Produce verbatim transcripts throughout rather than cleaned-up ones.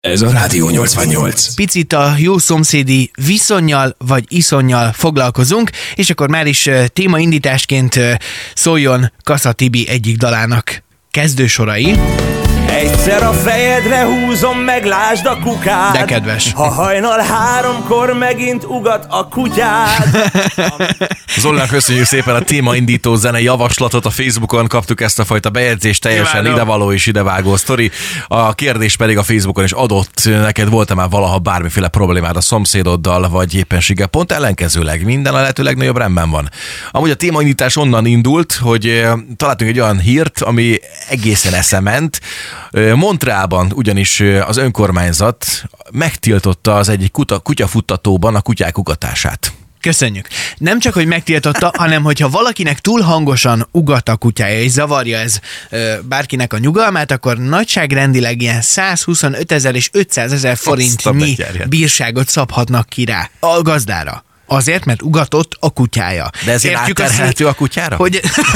Ez a Rádió nyolcvannyolc. Picit a jó szomszédi viszonnyal vagy iszonnyal foglalkozunk, és akkor már is témaindításként szóljon Kassa Tibi egyik dalának kezdősorai. Egyszer a fejedre húzom, meg lásd a kukád. De kedves. Ha hajnal háromkor megint ugat a kutyád. Zolnán, köszönjük szépen a témaindító zene javaslatot. A Facebookon kaptuk ezt a fajta bejegyzést, teljesen Imádom. idevaló és idevágó sztori. A kérdés pedig a Facebookon is adott. Neked volt-e már valaha bármiféle problémád a szomszédoddal, vagy éppenséggel pont ellenkezőleg? Minden a lehető legnagyobb rendben van. Amúgy a témaindítás onnan indult, hogy találtunk egy olyan hírt, ami egészen eszement. Montrealban ugyanis az önkormányzat megtiltotta az egyik kutyafuttatóban a kutyák ugatását. Köszönjük. Nem csak, hogy megtiltotta, hanem hogyha valakinek túl hangosan ugat a kutyája, és zavarja ez ö, bárkinek a nyugalmát, akkor nagyságrendileg ilyen százhuszonöt ezer és ötszázezer forintnyi bírságot szabhatnak ki rá a gazdára. Azért, mert ugatott a kutyája. De ezért átterhelhető a kutyára? Hogy...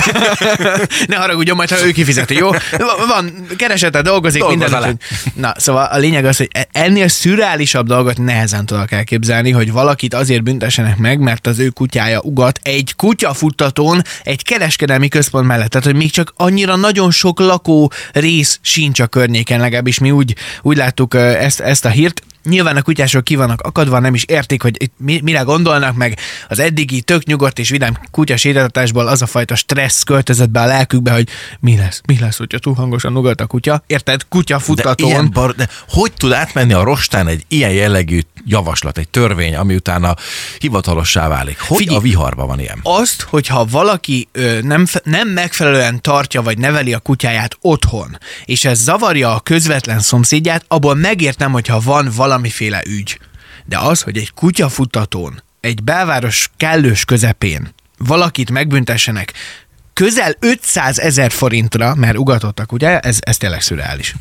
ne haragudjon, majd ha ő kifizeti, jó? Van, keresete, dolgozik, minden. Hogy... Na, szóval a lényeg az, hogy ennél szürreálisabb dolgot nehezen tudok elképzelni, hogy valakit azért büntessenek meg, mert az ő kutyája ugat egy kutyafuttatón egy kereskedelmi központ mellett. Tehát, hogy még csak annyira nagyon sok lakó rész sincs a környéken, legalábbis mi úgy, úgy láttuk ezt, ezt a hírt. Nyilván a kutyások ki vannak akadva, nem is értik, hogy itt mire gondolnak, meg az eddigi tök nyugodt és vidám kutya sétáltatásból az a fajta stressz költözött be a lelkükbe, hogy mi lesz, mi lesz, hogyha túl hangosan ugat a kutya. Érted? Kutyafutatón. De, ilyen bar, de hogy tud átmenni a rostán egy ilyen jellegű javaslat, egy törvény, ami utána hivatalossá válik? Hogy Figyelj, a viharban van ilyen? Azt, hogyha valaki ö, nem, nem megfelelően tartja vagy neveli a kutyáját otthon, és ez zavarja a közvetlen szomszédját, abból megértem, hogyha van valamiféle ügy. De az, hogy egy kutyafuttatón, egy belváros kellős közepén valakit megbüntessenek közel ötszázezer forintra, mert ugatottak, ugye? Ez, ez tényleg szürreális.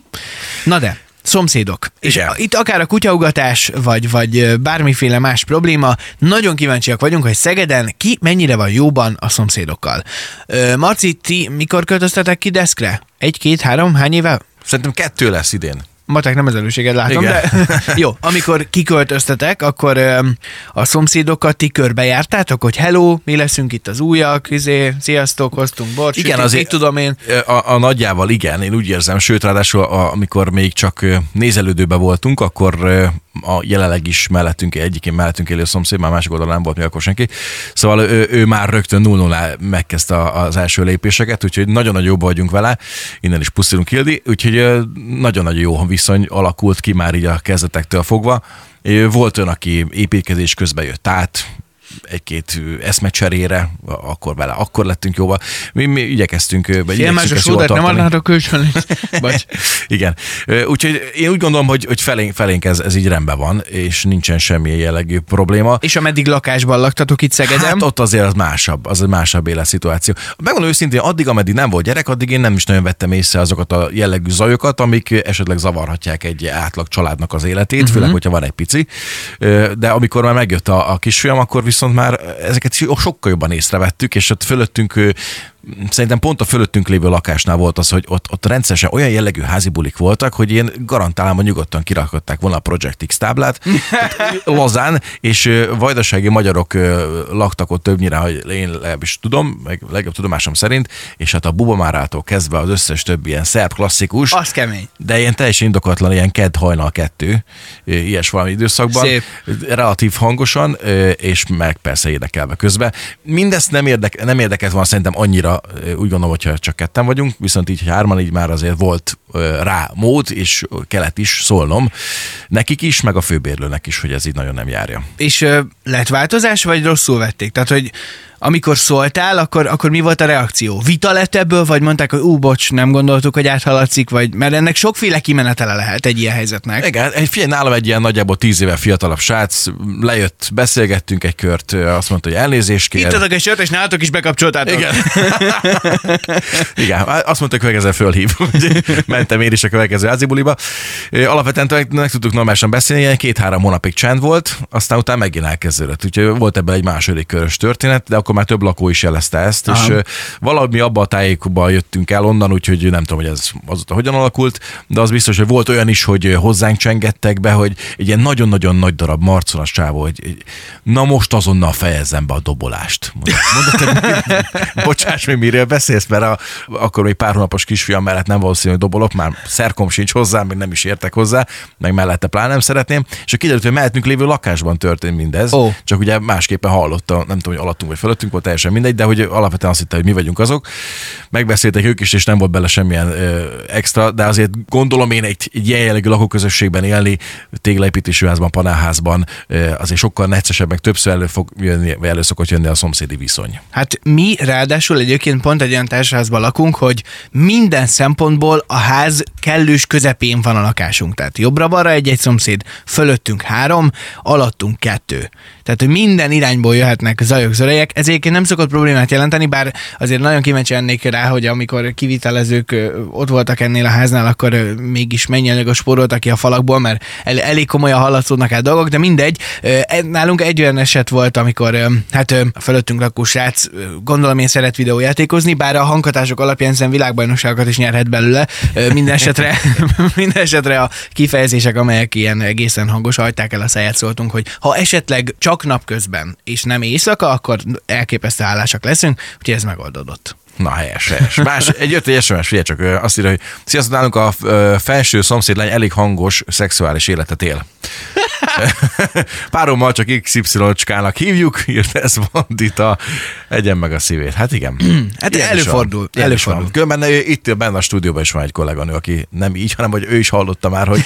Na de, szomszédok. És Igen. Itt akár a kutyaugatás, vagy, vagy bármiféle más probléma, nagyon kíváncsiak vagyunk, hogy Szegeden ki mennyire van jóban a szomszédokkal. Ö, Marci, ti mikor költöztetek ki deszkre? Egy, két, három, hány éve? Szerintem kettő lesz idén. Matek nem az előséget látom, igen. De jó, amikor kiköltöztetek, akkor ö, a szomszédokat ti körbejártátok, hogy hello, mi leszünk itt az újak, izé, sziasztok, hoztunk bort, igen, sütünk, azért tudom én. A, a nagyjával igen, én úgy érzem, sőt, ráadásul a, amikor még csak nézelődőben voltunk, akkor a jelenleg is mellettünk, egyikén mellettünk élő szomszéd, már másik oldalon nem volt még akkor senki. Szóval ő, ő már rögtön nulla nulla megkezdte az első lépéseket, úgyhogy nagyon-nagyon jóban vagyunk vele, innen is pusztulunk, Hildi, úgyhogy nagyon-nagyon jó viszony alakult ki már így a kezdetektől fogva. Volt olyan, aki építkezés közben jött át, egy-két eszmecserére, akkor vele, akkor lettünk jóval. Mi, mi igyekeztünk, vagy igyekszünk ezt jól tartani. Nem adnátok kölcsön. Igen. Úgyhogy én úgy gondolom, hogy, hogy felénk, felénk ez, ez így rendben van, és nincsen semmilyen jellegű probléma. És ameddig lakásban laktatok itt Szegeden? Hát ott azért az másabb, az egy másabb életszituáció. Megmondom őszintén, addig, ameddig nem volt gyerek, addig én nem is nagyon vettem észre azokat a jellegű zajokat, amik esetleg zavarhatják egy átlag családnak az életét, uh-huh. főleg, hogyha van egy pici. De amikor már megjött a, a kisfiam, akkor viszont már ezeket sokkal jobban észrevettük, és ott fölöttünk, szerintem pont a fölöttünk lévő lakásnál volt az, hogy ott, ott rendszeresen olyan jellegű házibulik voltak, hogy én garantálom, hogy nyugodtan kirakották volna a Project X táblát, lazán, és vajdasági magyarok laktak ott többnyire, hogy én legalábbis tudom, meg legjobb tudomásom szerint, és hát a Bubamárától kezdve az összes több ilyen szerb klasszikus. Az kemény. De ilyen teljesen indokatlan, ilyen kedd hajnal kettő, ilyes valami időszakban. Szép. Relatív hangosan, és meg persze érdekelve közben. Mindezt nem, érdek, nem érdekelt van szerintem annyira, úgy gondolom, hogyha csak ketten vagyunk, viszont így hárman így már azért volt rá mód, és kellett is szólnom nekik is, meg a főbérlőnek is, hogy ez így nagyon nem járja. És uh, lett változás, vagy rosszul vették? Tehát, hogy amikor szóltál, akkor, akkor mi volt a reakció? Vita lett ebből, vagy mondták, hogy ú, bocs, nem gondoltuk, hogy áthaladszik, vagy mert ennek sokféle kimenetele lehet egy ilyen helyzetnek. Igen, egy figyelj, nálam egy ilyen nagyjából tíz éve fiatalabb srác, lejött, beszélgettünk egy kört, azt mondta, hogy elnézést kér. Ittatok egy sört, és nálatok is bekapcsoltátok. Igen. Igen, azt mondta, hogy következő fölhív. Mentem én is a következő házibuliba. Alapvetően meg, meg tudtuk normálisan beszélni, ilyen két-három hónapig csend volt, aztán utána megint elkezdődött. Úgyhogy volt ebben egy második körös történet, de akkor akkor már több lakó is jelezte ezt, aha. és valami abba a tájékban jöttünk el onnan, úgyhogy nem tudom, hogy ez azóta hogyan alakult, de az biztos, hogy volt olyan is, hogy hozzánk csengettek be, hogy egy ilyen nagyon-nagyon nagy darab marconas csávó, hogy na most azonnal fejezzem be a dobolást. Mondod, hogy bocsáss még, miről beszélsz, mert a, akkor még pár hónapos kisfiam mellett nem valószínű, hogy dobolok, már szerkom sincs hozzá, még nem is értek hozzá, meg mellette pláne nem szeretném, és kiderült, hogy mellettünk lévő lakásban történt mindez, oh. csak ugye másképpen hallotta, nem tudom, hogy alattunk vagy fölöttünk volt, teljesen mindegy, de hogy alapvetően azt hitte, hogy mi vagyunk azok. Megbeszéltek ők is, és nem volt bele semmilyen ö, extra, de azért gondolom én egy, egy ilyen jellegű lakóközösségben élni, téglaépítésű házban, panelházban, ö, azért sokkal neccesebb, meg többször elő fog jönni, vagy elő szokott jönni a szomszédi viszony. Hát mi ráadásul egyébként pont egy olyan társasházban lakunk, hogy minden szempontból a ház kellős közepén van a lakásunk. Tehát jobbra-balra egy-egy szomszéd, fölöttünk három, alattunk kettő. Tehát, hogy minden irányból jöhetnek zajok, zörejek. Ez egyébként nem szokott problémát jelenteni, bár azért nagyon kíváncsi lennék rá, hogy amikor kivitelezők ott voltak ennél a háznál, akkor mégis mennyi anyagot spóroltak ki a falakból, mert el, elég komolyan hallatszódnak el dolgok, de mindegy. Nálunk egy olyan eset volt, amikor hát a fölöttünk lakó srác, gondolom én szeret videójátékozni, bár a hanghatások alapján szerintem világbajnokságokat is nyerhet belőle. Minden esetre, minden esetre a kifejezések, amelyek ilyen egészen hangos hajták el a száját, szóltunk, hogy ha esetleg csak napközben és nem éjszaka, akkor elképesztő hálásak leszünk, úgyhogy ez megoldódott. Na, helyes, helyes. Más, egy jött egy es em es, figyelj csak, azt írja, hogy sziasztok, nálunk a felső szomszédlány elég hangos szexuális életet él. Párommal csak iksz ipszilon-cskának hívjuk, írt ez Vandita, egyen meg a szívét. Hát igen. Hát ilyen előfordul. Is előfordul. Különben itt benne a stúdióban is van egy kolléganő, aki nem így, hanem hogy ő is hallotta már, hogy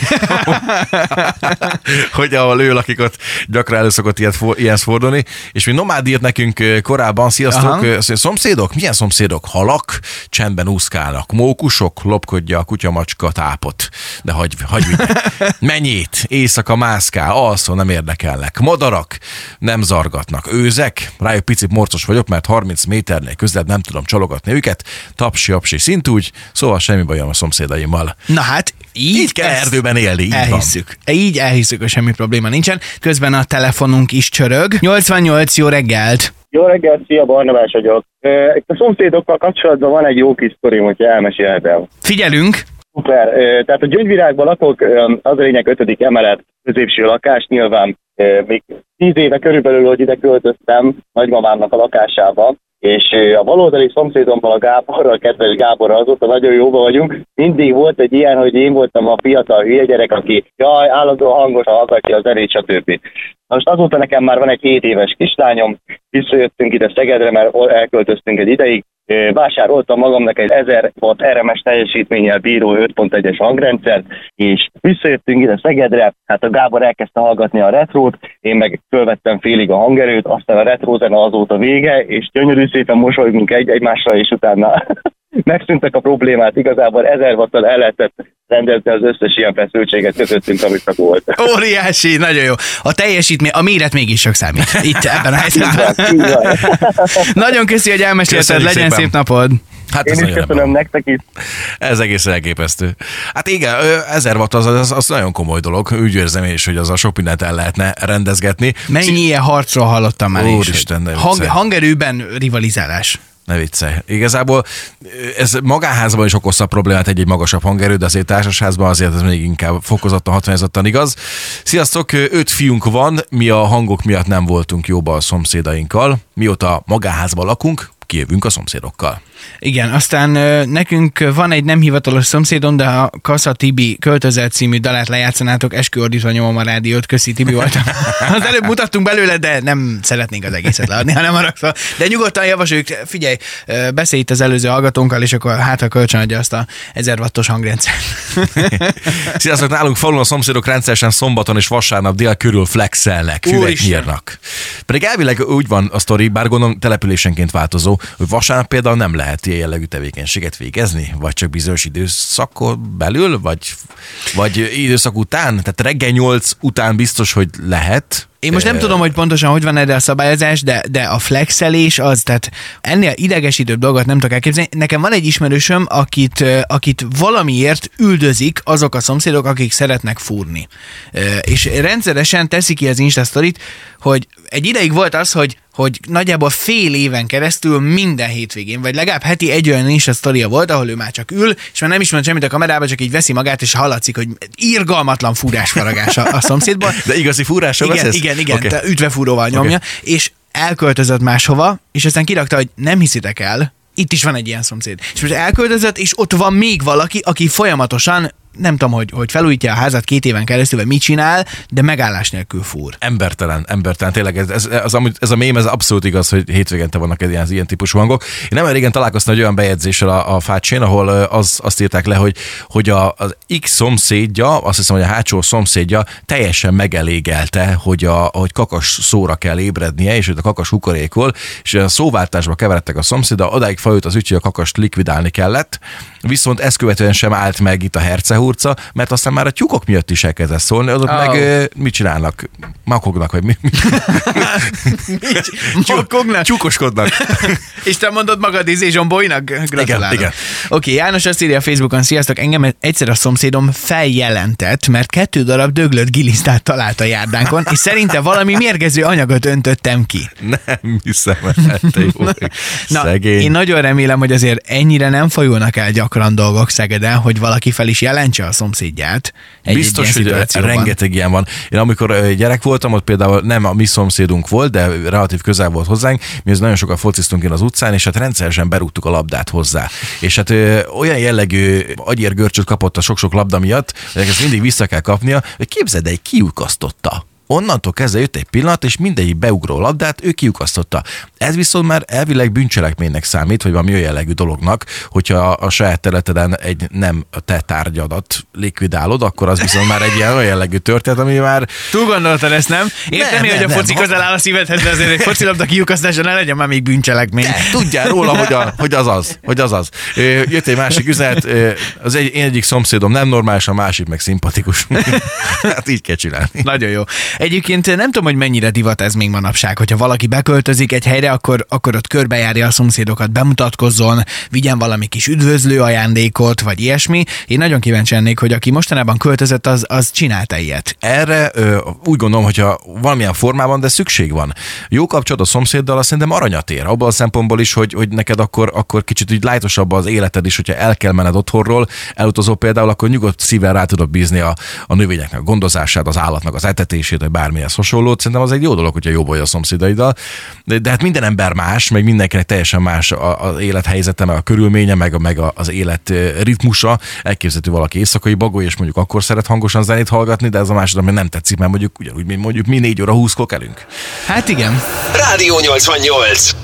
hogy ahol ő lakik, ott gyakran elő szokott ilyet, ilyet fordulni. És mi Nomád írt nekünk korábban, sziasztok, szomszédok? Milyen szomszédok? Halak, csendben úszkálnak, mókusok, lopkodja a kutyamacska tápot. De hagyj, hagyj mennyét, éjszaka mászkál, alszol, nem érdekelnek. Madarak nem zargatnak. Őzek, rájuk picit morcos vagyok, mert harminc méternél közelebb nem tudom csalogatni őket. Tapsi, apsi, szintúgy, szóval semmi bajom a szomszédaimmal. Na hát, így, így kell erdőben élni, így elhisszük. Van. Így elhisszük, hogy semmi probléma nincsen. Közben a telefonunk is csörög. nyolcvannyolc, jó reggelt! Jó reggelt, szia, Barnabás vagyok. Itt a szomszédokkal kapcsolatban van egy jó kis sztorim, hogyha elmesélhetem. Figyelünk! Szuper. Tehát a Gyöngyvirágban lakok, az a lényeg ötödik emelet, középső lakás, nyilván még tíz éve körülbelül, hogy ide költöztem nagymamámnak a lakásába, és a baloldali szomszédommal, a Gáborral, kedves Gáborral, azóta nagyon jóban vagyunk. Mindig volt egy ilyen, hogy én voltam a fiatal hülye gyerek, aki jaj, állandóan hangosan hallgatja a zenét, stb. Most azóta nekem már van egy hét éves kislányom, visszajöttünk ide Szegedre, mert elköltöztünk egy ideig. Vásároltam magamnak egy ezer watt er em es teljesítménnyel bíró öt pont egyes hangrendszert, és visszajöttünk ide Szegedre, hát a Gábor elkezdte hallgatni a retrót, én meg fölvettem félig a hangerőt, aztán a retró zene azóta vége, és gyönyörű szépen mosolygunk egy egymásra, és utána megszűntek a problémát, igazából ezer watttal el lehetett rendelte az összes ilyen feszültséget közöttünk, amit csak volt. Óriási, nagyon jó. A teljesítmény, a méret mégis sok számít. Itt ebben a helyzetben. Nagyon köszi, hogy elmesélted, legyen szépen. Szép napod. Hát én is köszönöm nektek is. Ez egész elképesztő. Hát igen, ezer watt az, az, az nagyon komoly dolog. Úgy érzem én is, hogy az a sok mindent el lehetne rendezgetni. Mennyi Szí- ilyen harcról hallottam már is. Úristen, Hang, hangerőben rivalizálás. Ne viccelj. Igazából ez magánházban is okozza problémát egy-egy magasabb hangerő, de azért társasházban azért ez még inkább fokozottan, hatványozottan igaz. Sziasztok, öt fiunk van, mi a hangok miatt nem voltunk jóba a szomszédainkkal. Mióta magánházban lakunk, kijövünk a szomszédokkal. Igen, aztán nekünk van egy nem hivatalos szomszédom, de a Kassa Tibi Költözet című dalát lejátszanátok, esküordítva nyomom a rádiót, köszi Tibi voltam. Az előbb mutattunk belőle, de nem szeretnénk az egészet leadni, hanem arra. De nyugodtan javasoljuk, figyelj, beszélj itt az előző hallgatónkkal, és akkor hát ha kölcsönadja azt a ezer wattos hangrendszert. Sziasztok, nálunk falun a szomszédok rendszeresen szombaton és vasárnap dél körül flexelnek, füvek nyírnak. Pedig elvileg úgy van a sztori, bár gondolom településenként változó, hogy vasárnap például nem lehet ilyen jellegű tevékenységet végezni, vagy csak bizonyos időszakon belül, vagy, vagy időszak után? Tehát reggel nyolc után biztos, hogy lehet. Én most nem tudom, hogy pontosan hogy van erre a szabályozás, de, de a flexelés az, tehát ennél idegesítőbb dolgot nem tudok elképzelni. Nekem van egy ismerősöm, akit, akit valamiért üldözik azok a szomszédok, akik szeretnek fúrni. És rendszeresen teszi ki az Insta sztorit, hogy egy ideig volt az, hogy hogy nagyjából fél éven keresztül minden hétvégén, vagy legalább heti egy olyan Insta sztoria volt, ahol ő már csak ül, és már nem is mond semmit a kamerába, csak így veszi magát, és hallatszik, hogy irgalmatlan fúrásfaragás a, a szomszédból. De igazi fúrásra igen, vesz? igen, igen, Okay. ütvefúróval nyomja, okay. És elköltözött máshova, és aztán kirakta, hogy nem hiszitek el, itt is van egy ilyen szomszéd. És most elköltözött, és ott van még valaki, aki folyamatosan nem tudom, hogy, hogy felújítja a házat két éven keresztül, vagy mit csinál, de megállás nélkül fúr. Embertelen, embertelen. Tényleg ez, ez, ez, ez a mém, ez abszolút igaz, hogy hétvégente vannak ilyen, ilyen típusú hangok. Én nem régen találkoztam egy olyan bejegyzéssel a, a Fácsén, ahol az, azt írták le, hogy, hogy a, az X szomszédja, azt hiszem, hogy a hátsó szomszédja teljesen megelégelte, hogy, a, hogy kakas szóra kell ébrednie, és hogy a kakas hukorékol, és a szóváltásba keveredtek a szomszéddal, odáig fajult az ügy, hogy a kakast likvidálni kellett, viszont ezt követően sem állt meg itt a hercehurca, mert aztán már a tyúkok miatt is elkezdett szólni, azok oh. meg ö, mit csinálnak? Makognak, vagy mi? Makognak? Tyúkoskodnak. És te mondod magad Izé Zsombolynak? Gratulálok. Igen, igen. Oké, okay, János azt írja a Facebookon, sziasztok, engem egyszer a szomszédom feljelentett, mert kettő darab döglött gilisztát talált a járdánkon, és szerinte valami mérgező anyagot öntöttem ki. Nem hiszem, hát te jó. Na, szegény. Én nagyon remélem, hogy azért ennyire nem fajulnak el gyakran dolgok Szegeden, hogy valaki fel is jelentse a szomszédját. Egy Biztos, hogy rengeteg ilyen van. Én amikor gyerek voltam, ott például nem a mi szomszédunk volt, de relatív közel volt hozzánk, mi az nagyon sokat fociztunk én az utcán, és hát rendszeresen berúgtuk a labdát hozzá. És hát ö, olyan jellegű agyérgörcsöt kapott a sok-sok labda miatt, hogy ezt mindig vissza kell kapnia, hogy képzeld, egy kiukasztotta. Onnantól kezdve jött egy pillanat, és mindegyik beugró labdát ő kiukasztotta. Ez viszont már elvileg bűncselekménynek számít, vagy valami olyan jellegű dolognak, hogyha a saját területeden egy nem te tárgyadat likvidálod, akkor az viszont már egy ilyen olyan jellegű történet, ami már... Túl gondoltad ezt, nem? Értem én, hogy a foci közel áll a szívedhez, de azért egy focilabda kiukasztása ne legyen már még bűncselekmény. De, tudjál róla, hogy, a, hogy az az, hogy az az. Jött egy másik üzenet, az egy, én egyik szomszédom nem normális, a másik meg szimpatikus. Hát így kell csinálni. Nagyon jó. Egyébként nem tudom, hogy mennyire divat ez még manapság, hogyha valaki beköltözik egy helyre, akkor, akkor ott körbejárja a szomszédokat, bemutatkozzon, vigyen valami kis üdvözlő ajándékot, vagy ilyesmi. Én nagyon kíváncsi lennék, hogy aki mostanában költözött, az, az csinálta ilyet. Erre ö, úgy gondolom, hogyha valamilyen formában, de szükség van. Jó kapcsolat a szomszéddal, azt szerintem aranyat ér. Abban a szempontból is, hogy, hogy neked akkor, akkor kicsit úgy lájtosabb az életed is, hogyha el kell menned otthonról, elutazol például, akkor nyugodt szívvel rá tudod bízni a, a növényeknek a gondozását, az állatnak az etetését, vagy bármihez hasonlót. Szerintem az egy jó dolog, hogyha jó vagy a szomszédaiddal. De, de hát minden ember más, meg mindenkinek teljesen más az élethelyzete, meg a körülménye, meg, a, meg az élet ritmusa. Elképzelhető valaki éjszakai bagoly, és mondjuk akkor szeret hangosan zenét hallgatni, de ez a másodban nem tetszik, mert mondjuk ugyanúgy, mint mondjuk mi négy óra húszkor kelünk. Hát igen. Rádió nyolcvannyolc.